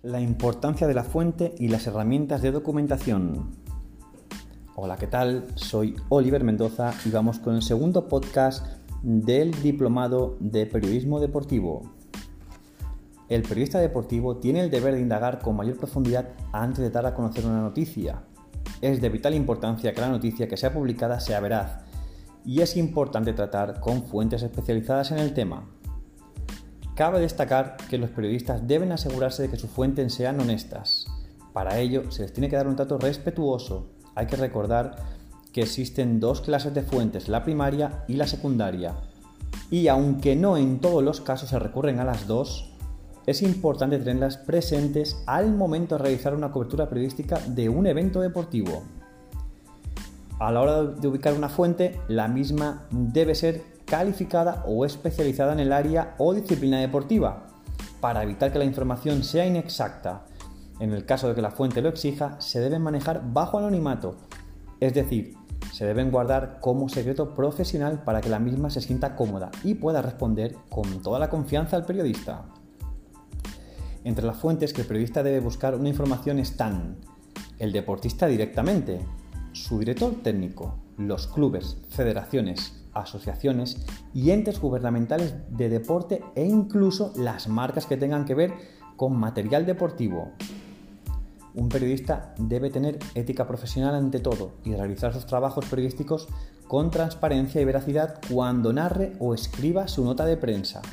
La importancia de la fuente y las herramientas de documentación. Hola, ¿qué tal? Soy Oliver Mendoza y vamos con el segundo podcast del Diplomado de Periodismo Deportivo. El periodista deportivo tiene el deber de indagar con mayor profundidad antes de dar a conocer una noticia. Es de vital importancia que la noticia que sea publicada sea veraz y es importante tratar con fuentes especializadas en el tema. Cabe destacar que los periodistas deben asegurarse de que sus fuentes sean honestas. Para ello, se les tiene que dar un trato respetuoso. Hay que recordar que existen dos clases de fuentes, la primaria y la secundaria. Y aunque no en todos los casos se recurren a las dos, es importante tenerlas presentes al momento de realizar una cobertura periodística de un evento deportivo. A la hora de ubicar una fuente, la misma debe ser calificada o especializada en el área o disciplina deportiva, para evitar que la información sea inexacta. En el caso de que la fuente lo exija, se deben manejar bajo anonimato, es decir, se deben guardar como secreto profesional para que la misma se sienta cómoda y pueda responder con toda la confianza al periodista. Entre las fuentes que el periodista debe buscar una información están el deportista directamente, su director técnico, los clubes, federaciones, asociaciones y entes gubernamentales de deporte e incluso las marcas que tengan que ver con material deportivo. Un periodista debe tener ética profesional ante todo y realizar sus trabajos periodísticos con transparencia y veracidad cuando narre o escriba su nota de prensa.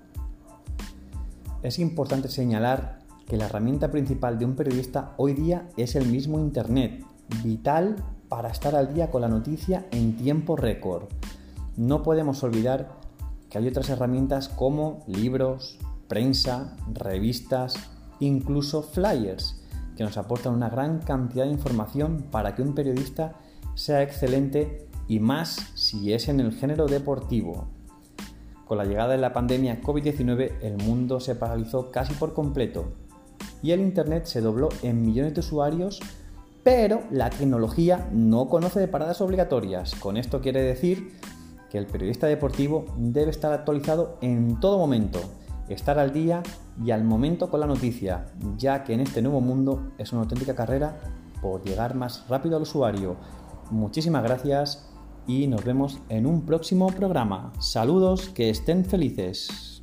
Es importante señalar que la herramienta principal de un periodista hoy día es el mismo Internet, vital para estar al día con la noticia en tiempo récord. No podemos olvidar que hay otras herramientas como libros, prensa, revistas, incluso flyers, que nos aportan una gran cantidad de información para que un periodista sea excelente y más si es en el género deportivo. Con la llegada de la pandemia COVID-19, el mundo se paralizó casi por completo y el Internet se dobló en millones de usuarios, pero la tecnología no conoce de paradas obligatorias. Con esto quiere decir que el periodista deportivo debe estar actualizado en todo momento, estar al día y al momento con la noticia, ya que en este nuevo mundo es una auténtica carrera por llegar más rápido al usuario. Muchísimas gracias y nos vemos en un próximo programa. Saludos, que estén felices.